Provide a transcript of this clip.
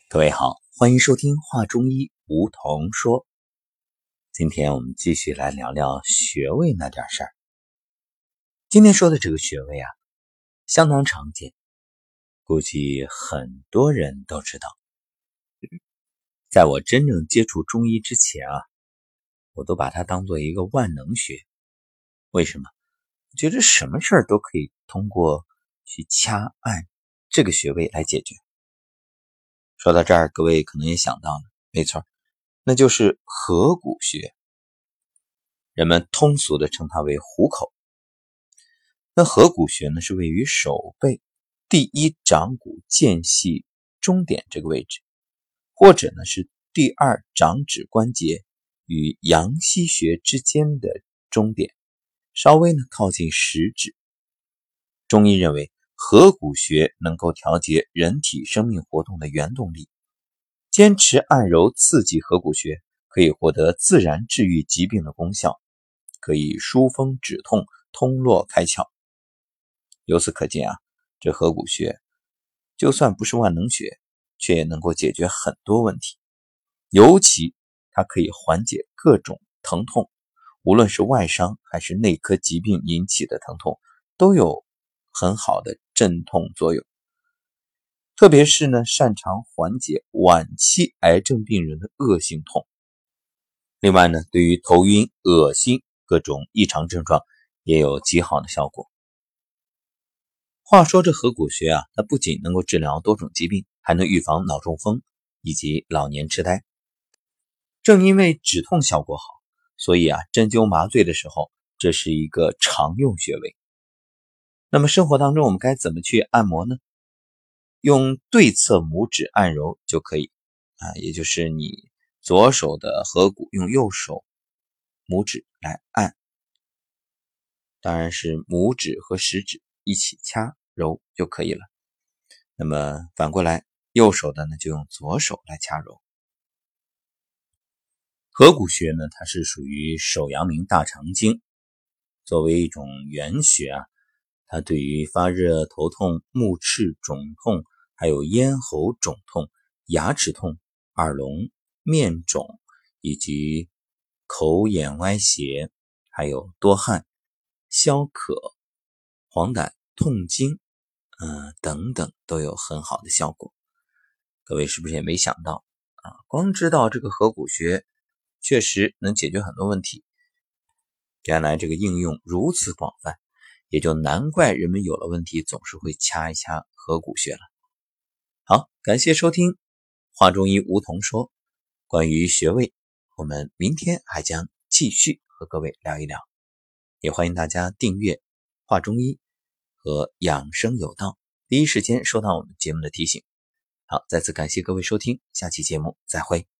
各位好，欢迎收听话中医梧桐说。今天我们继续来聊聊穴位那点事儿。今天说的这个穴位啊，相当常见，估计很多人都知道。在我真正接触中医之前啊，我都把它当做一个万能穴。为什么？我觉得什么事儿都可以通过去掐按这个穴位来解决。说到这儿，各位可能也想到了，没错，那就是合谷穴。人们通俗的称它为虎口。那合谷穴呢，是位于手背第一掌骨间隙中点这个位置，或者呢是第二掌指关节与阳溪穴之间的中点，稍微呢靠近食指。中医认为合谷穴能够调节人体生命活动的原动力，坚持按揉刺激合谷穴，可以获得自然治愈疾病的功效，可以疏风止痛、通络开窍。由此可见啊，这合谷穴就算不是万能穴，却也能够解决很多问题。尤其它可以缓解各种疼痛，无论是外伤还是内科疾病引起的疼痛，都有很好的镇痛作用。特别是呢，擅长缓解晚期癌症病人的恶性痛。另外呢，对于头晕、恶心各种异常症状也有极好的效果。话说这合谷穴啊，它不仅能够治疗多种疾病，还能预防脑中风以及老年痴呆。正因为止痛效果好，所以啊，针灸麻醉的时候，这是一个常用穴位。那么生活当中我们该怎么去按摩呢？用对侧拇指按揉就可以也就是你左手的合谷用右手拇指来按，当然是拇指和食指一起掐揉就可以了。那么反过来，右手的呢就用左手来掐揉。合谷穴呢，它是属于手阳明大肠经，作为一种原穴啊，它对于发热、头痛、目赤肿痛，还有咽喉肿痛、牙齿痛、耳聋、面肿以及口眼歪斜，还有多汗、消渴、黄疸、痛经等等都有很好的效果。各位是不是也没想到光知道这个合谷穴确实能解决很多问题，原来这个应用如此广泛，也就难怪人们有了问题总是会掐一掐合谷穴了。好，感谢收听话中医梧桐说。关于穴位，我们明天还将继续和各位聊一聊，也欢迎大家订阅话中医和养生有道，第一时间收到我们节目的提醒。好，再次感谢各位收听，下期节目再会。